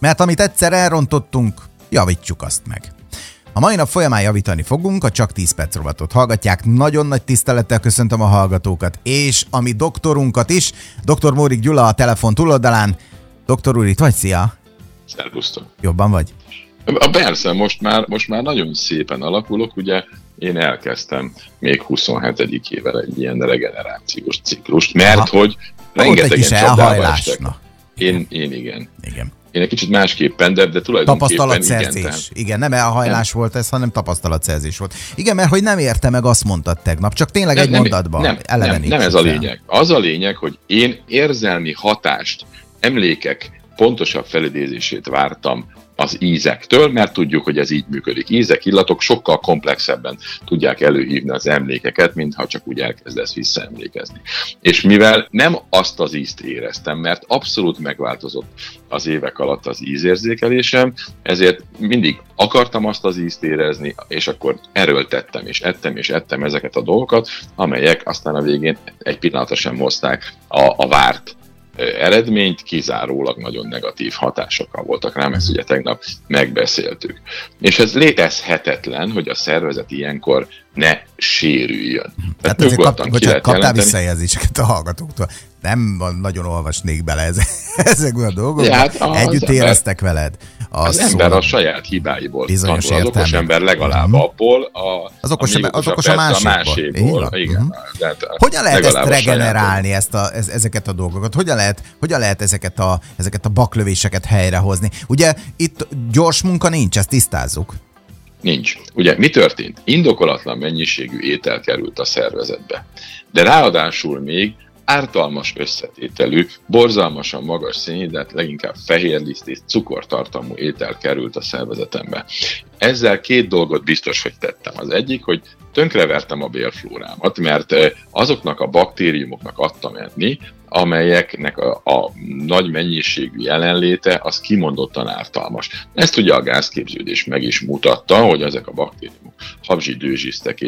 Mert amit egyszer elrontottunk, javítsuk azt meg. A mai nap folyamán javítani fogunk, a Csak 10 perc rovatot hallgatják. Nagyon nagy tisztelettel köszöntöm a hallgatókat, és a mi doktorunkat is, dr. Mórik Gyula a telefon túloldalán. Doktor úr, itt vagy? Szia! Szervusztok! Jobban vagy? Persze, most már nagyon szépen alakulok, ugye én elkezdtem még 27. évvel egy ilyen regenerációs ciklust, mert hogy rengetegen csapdába estek. Én igen. Én egy kicsit másképpen, de tulajdonképpen tapasztalatszerzés. Igen, nem elhajlás volt ez, hanem tapasztalatszerzés volt. Igen, mert hogy nem érte meg, azt mondtad tegnap, csak tényleg egy mondatban elevenítsük. Nem ez a lényeg. Az a lényeg, hogy én érzelmi hatást, emlékek pontosabb felidézését vártam az ízektől, mert tudjuk, hogy ez így működik. Ízek, illatok sokkal komplexebben tudják előhívni az emlékeket, mintha csak úgy elkezdesz visszaemlékezni. És mivel nem azt az ízt éreztem, mert abszolút megváltozott az évek alatt az ízérzékelésem, ezért mindig akartam azt az ízt érezni, és akkor erőltettem, és ettem ezeket a dolgokat, amelyek aztán a végén egy pillanatra sem hozták a várt eredményt, kizárólag nagyon negatív hatásokkal voltak rám, ezt ugye tegnap megbeszéltük. És ez létezhetetlen, hogy a szervezet ilyenkor ne sérüljön. Tehát kaptál visszajelzéseket a hallgatóktól. Nem nagyon olvasnék bele ezekből a dolgokba. Hát együtt éreztek veled. Az ember a saját hibáiból tanul. Az okos ember legalább abból, az okos a másikból. Igen. Hogyan lehet ezt regenerálni, ezeket a dolgokat? Hogyan lehet ezeket a baklövéseket helyrehozni? Ugye itt gyors munka nincs, ezt tisztázzuk. Nincs. Ugye mi történt? Indokolatlan mennyiségű étel került a szervezetbe. De ráadásul még ártalmas összetételű, borzalmasan magas szénhidrát, leginkább fehérliszt és cukortartalmú étel került a szervezetembe. Ezzel két dolgot biztos, hogy tettem. Az egyik, hogy tönkrevertem a bélflórámat, mert azoknak a baktériumoknak adtam enni, amelyeknek a nagy mennyiségű jelenléte az kimondottan ártalmas. Ezt ugye a gázképződés meg is mutatta, hogy ezek a baktériumok habzsidőzsisztek,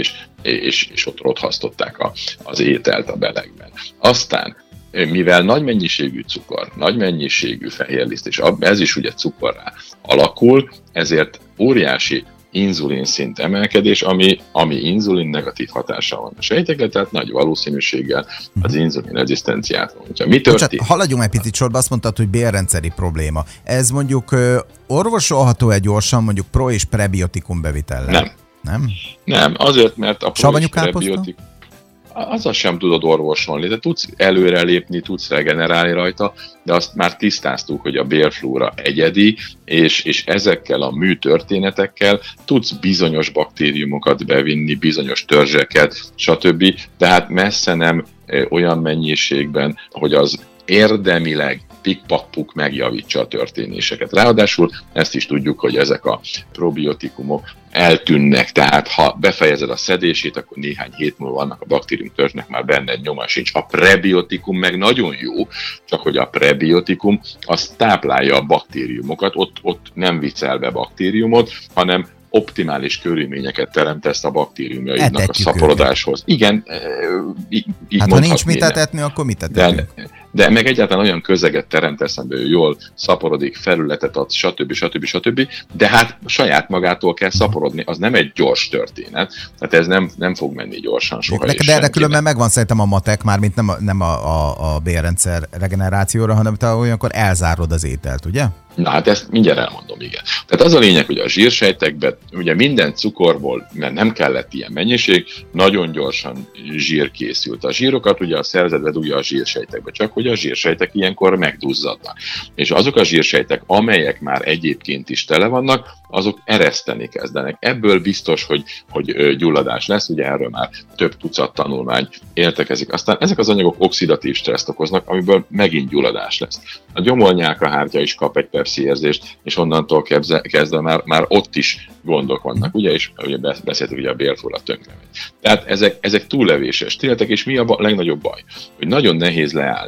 és ott rothasztották az ételt a belegben. Aztán, mivel nagy mennyiségű cukor, nagy mennyiségű fehérliszt, és ez is ugye cukorrá alakul, ezért óriási inzulinszint emelkedés, ami inzulin negatív hatással van a sejtekre, tehát nagy valószínűséggel az inzulin rezisztenciát mondja. Mi történik? Haladjunk egy picit sorba, azt mondtad, hogy bélrendszeri probléma. Ez mondjuk orvosolható-e gyorsan, mondjuk pro- és prebiotikum bevitellel? Nem, azért, mert a pro- és prebiotikum azzal sem tudod orvosolni, de tudsz előrelépni, tudsz regenerálni rajta, de azt már tisztáztuk, hogy a bélflóra egyedi, és ezekkel a műtörténetekkel tudsz bizonyos baktériumokat bevinni, bizonyos törzseket, stb. Tehát messze nem olyan mennyiségben, hogy az érdemileg pikpakpuk megjavítsa a történéseket. Ráadásul ezt is tudjuk, hogy ezek a probiotikumok eltűnnek, tehát ha befejezed a szedését, akkor néhány hét múlva annak a baktériumtörzsnek már benned nyoma sincs. A prebiotikum meg nagyon jó, csak hogy a prebiotikum az táplálja a baktériumokat, ott nem vicel be baktériumot, hanem optimális körülményeket teremtesz a baktériumjaidnak a szaporodáshoz. Igen, így hát ha nincs mit etetni, akkor mit etetünk? De meg egyáltalán olyan közeget teremtesz, amiből jól szaporodik, felületet ad, stb. De hát saját magától kell szaporodni, az nem egy gyors történet, tehát ez nem fog menni gyorsan soha. De erre különben megvan szerintem a matek, mármint nem a bélrendszer regenerációra, hanem te olyankor elzárod az ételt, ugye? Na hát ezt mindjárt elmondom, igen. Tehát az a lényeg, hogy a zsírsejtekben ugye minden cukorból, mert nem kellett ilyen mennyiség, nagyon gyorsan zsír készült. A zsírokat ugye a szervezetbe dugja a zsírsejtekbe, csak hogy a zsírsejtek ilyenkor megduzzadnak. És azok a zsírsejtek, amelyek már egyébként is tele vannak, azok ereszteni kezdenek. Ebből biztos, hogy gyulladás lesz, ugye erről már több tucat tanulmány értekezik. Aztán ezek az anyagok oxidatív stresszt okoznak, amiből megint gyulladás lesz. A gyomornyálkahártya is kap egy Pepsi érzést, és onnantól kezdve már ott is gondok vannak, ugye, és ugye beszéltük, hogy a bélflóra tönkre megy. Tehát ezek túllevéses tünetek, és mi a legnagyobb baj? Hogy nagyon nehéz leállni.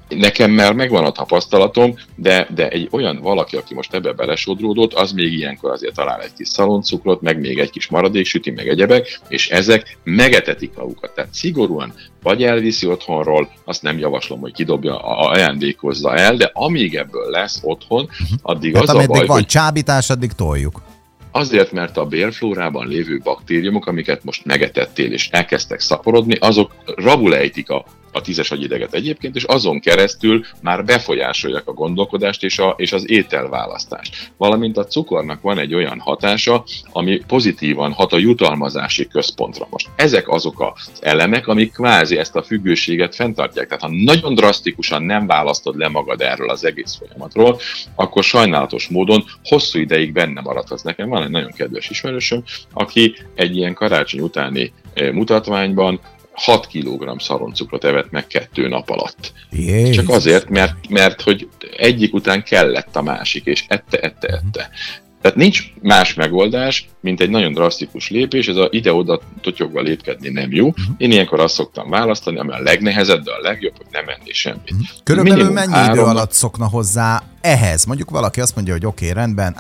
Nekem már megvan a tapasztalatom, de egy olyan valaki, aki most ebbe belesodródott, az még ilyenkor azért talál egy kis szaloncukrot, meg még egy kis maradéksüti, meg egyebek, és ezek megetetik magukat. Tehát szigorúan vagy elviszi otthonról, azt nem javaslom, hogy kidobja, ajándékozza el, de amíg ebből lesz otthon, addig az a baj, van hogy csábítás, addig toljuk. Azért, mert a bélflórában lévő baktériumok, amiket most megetettél és elkezdtek szaporodni, azok rabul ejtik a tízes agyideget egyébként, és azon keresztül már befolyásolják a gondolkodást és az ételválasztást. Valamint a cukornak van egy olyan hatása, ami pozitívan hat a jutalmazási központra. Most ezek azok az elemek, amik kvázi ezt a függőséget fenntartják. Tehát ha nagyon drasztikusan nem választod le magad erről az egész folyamatról, akkor sajnálatos módon hosszú ideig benne maradhatsz. Nekem van egy nagyon kedves ismerősöm, aki egy ilyen karácsony utáni mutatványban 6 kg szaloncukrot evett meg 2 nap alatt. Jézus. Csak azért, mert hogy egyik után kellett a másik, és ette. Tehát nincs más megoldás, mint egy nagyon drasztikus lépés, ez ide-oda totyogva lépkedni nem jó. Én ilyenkor azt szoktam választani, ami a legnehezebb, de a legjobb, hogy nem enni semmit. Körülbelül minimum mennyi idő alatt szokna hozzá ehhez? Mondjuk valaki azt mondja, hogy oké, rendben,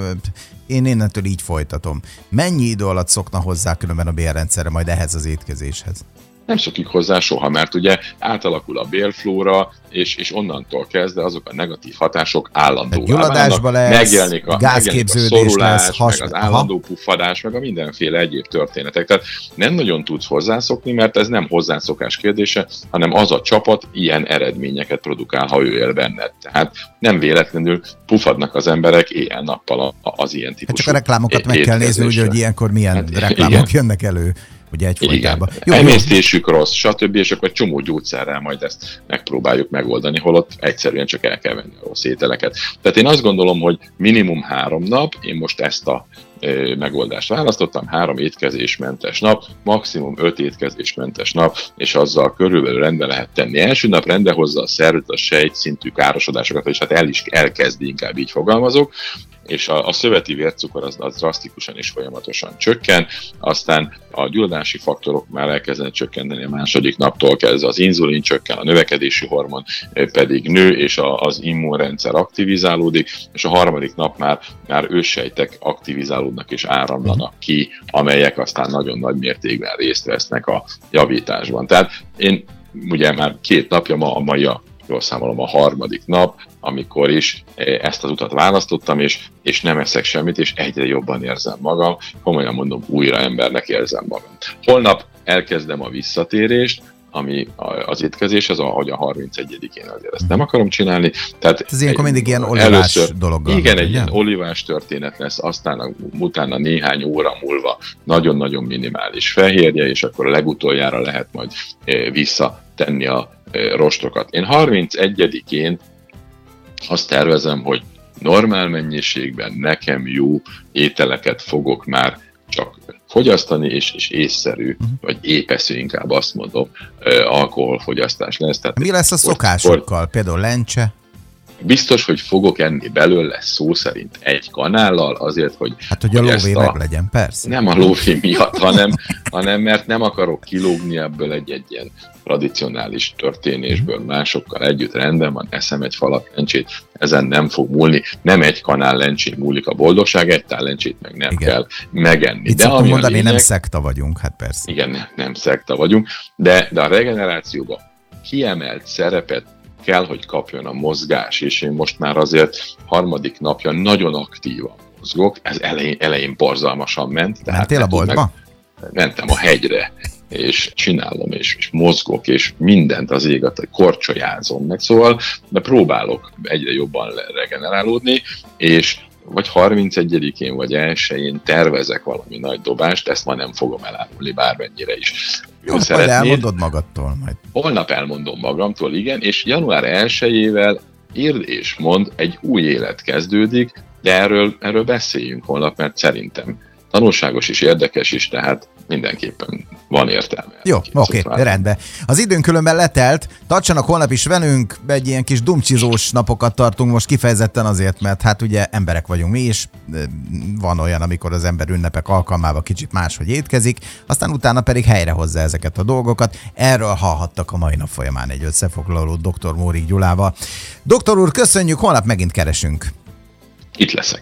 én innentől így folytatom. Mennyi idő alatt szokna hozzá különben a bélrendszerre majd ehhez az étkezéshez? Nem szokik hozzá soha, mert ugye átalakul a bélflóra, és onnantól kezdve azok a negatív hatások állandóvá válnak. Megjelenik a szorulás, meg az állandó puffadás, meg a mindenféle egyéb történetek. Tehát nem nagyon tudsz hozzászokni, mert ez nem hozzászokás kérdése, hanem az a csapat ilyen eredményeket produkál, ha ő él benned. Tehát nem véletlenül puffadnak az emberek éjjel-nappal az ilyen típusú. Csak a reklámokat meg kell nézni, hogy ilyenkor milyen reklámok jönnek elő. Ugye egyfolytában. Emésztésük rossz, stb. És akkor egy csomó gyógyszerrel majd ezt megpróbáljuk megoldani, holott egyszerűen csak el kell venni a rossz ételeket. Tehát én azt gondolom, hogy minimum 3 nap, én most ezt a megoldást választottam, 3 étkezésmentes nap, maximum 5 étkezésmentes nap, és azzal körülbelül rendbe lehet tenni. Első nap rendbe hozza a szervezet a sejtszintű károsodásokat, és hát elkezdi, inkább így fogalmazok, és a szöveti vércukor az drasztikusan és folyamatosan csökken, aztán a gyulladási faktorok már elkezdenek csökkenteni a második naptól kezdve, az inzulin csökken, a növekedési hormon pedig nő, és az immunrendszer aktivizálódik, és a harmadik nap már őssejtek aktivizálódnak és áramlanak ki, amelyek aztán nagyon nagy mértékben részt vesznek a javításban. Tehát én ugye már 2 napja, jól számolom a harmadik nap, amikor is ezt az utat választottam, és nem eszek semmit, és egyre jobban érzem magam, komolyan mondom, újra embernek érzem magam. Holnap elkezdem a visszatérést, ami az étkezés, ahogy a 31-én azért ezt nem akarom csinálni. Tehát ez ilyenkor mindig ilyen olivás dologgal. Igen, egy ilyen olivás történet lesz, aztán utána néhány óra múlva nagyon-nagyon minimális fehérje, és akkor a legutoljára lehet majd visszatenni a rostokat. Én 31-én azt tervezem, hogy normál mennyiségben nekem jó ételeket fogok már csak fogyasztani, és észszerű, vagy épeszű, inkább azt mondom, alkoholfogyasztás lesz. Tehát mi lesz a szokásokkal? Például lencse? Biztos, hogy fogok enni belőle szó szerint 1 kanállal, azért, hogy... Hát, hogy a lóvé meg legyen, persze. Nem a lóvé miatt, hanem mert nem akarok kilógni ebből egy ilyen tradicionális történésből, másokkal együtt rendben van, eszem egy falat lencsét, ezen nem fog múlni, nem 1 kanál lencsét múlik a boldogság, 1 tál lencsét meg nem kell megenni. Itt szoktunk mondani, lényeg, nem szekta vagyunk, hát persze. Igen, nem szekta vagyunk, de a regenerációban kiemelt szerepet kell, hogy kapjon a mozgás, és én most már azért harmadik napja nagyon aktívan mozgok, ez elején borzalmasan ment. Mentél a boltba? Mentem a hegyre, és csinálom, és mozgok, és mindent az éget, hogy korcsolyázom meg, szóval de próbálok egyre jobban regenerálódni, és vagy 31-én, vagy 1-én tervezek valami nagy dobást, ezt ma nem fogom elárulni bármennyire is. Jó, szeretnéd. Elmondod magadtól majd. Holnap elmondom magamtól, igen, és január 1-ével írd és mond, egy új élet kezdődik, de erről beszéljünk holnap, mert szerintem tanulságos és érdekes is, tehát mindenképpen van értelme. Jó, oké, rendben. Az időnk különben letelt, tartsanak holnap is velünk, egy ilyen kis dumcsizós napokat tartunk most kifejezetten azért, mert hát ugye emberek vagyunk mi is, van olyan, amikor az ember ünnepek alkalmával kicsit máshogy étkezik, aztán utána pedig helyrehozza ezeket a dolgokat. Erről hallhattak a mai nap folyamán egy összefoglaló dr. Mórik Gyulával. Doktor úr, köszönjük, holnap megint keresünk. Itt leszek.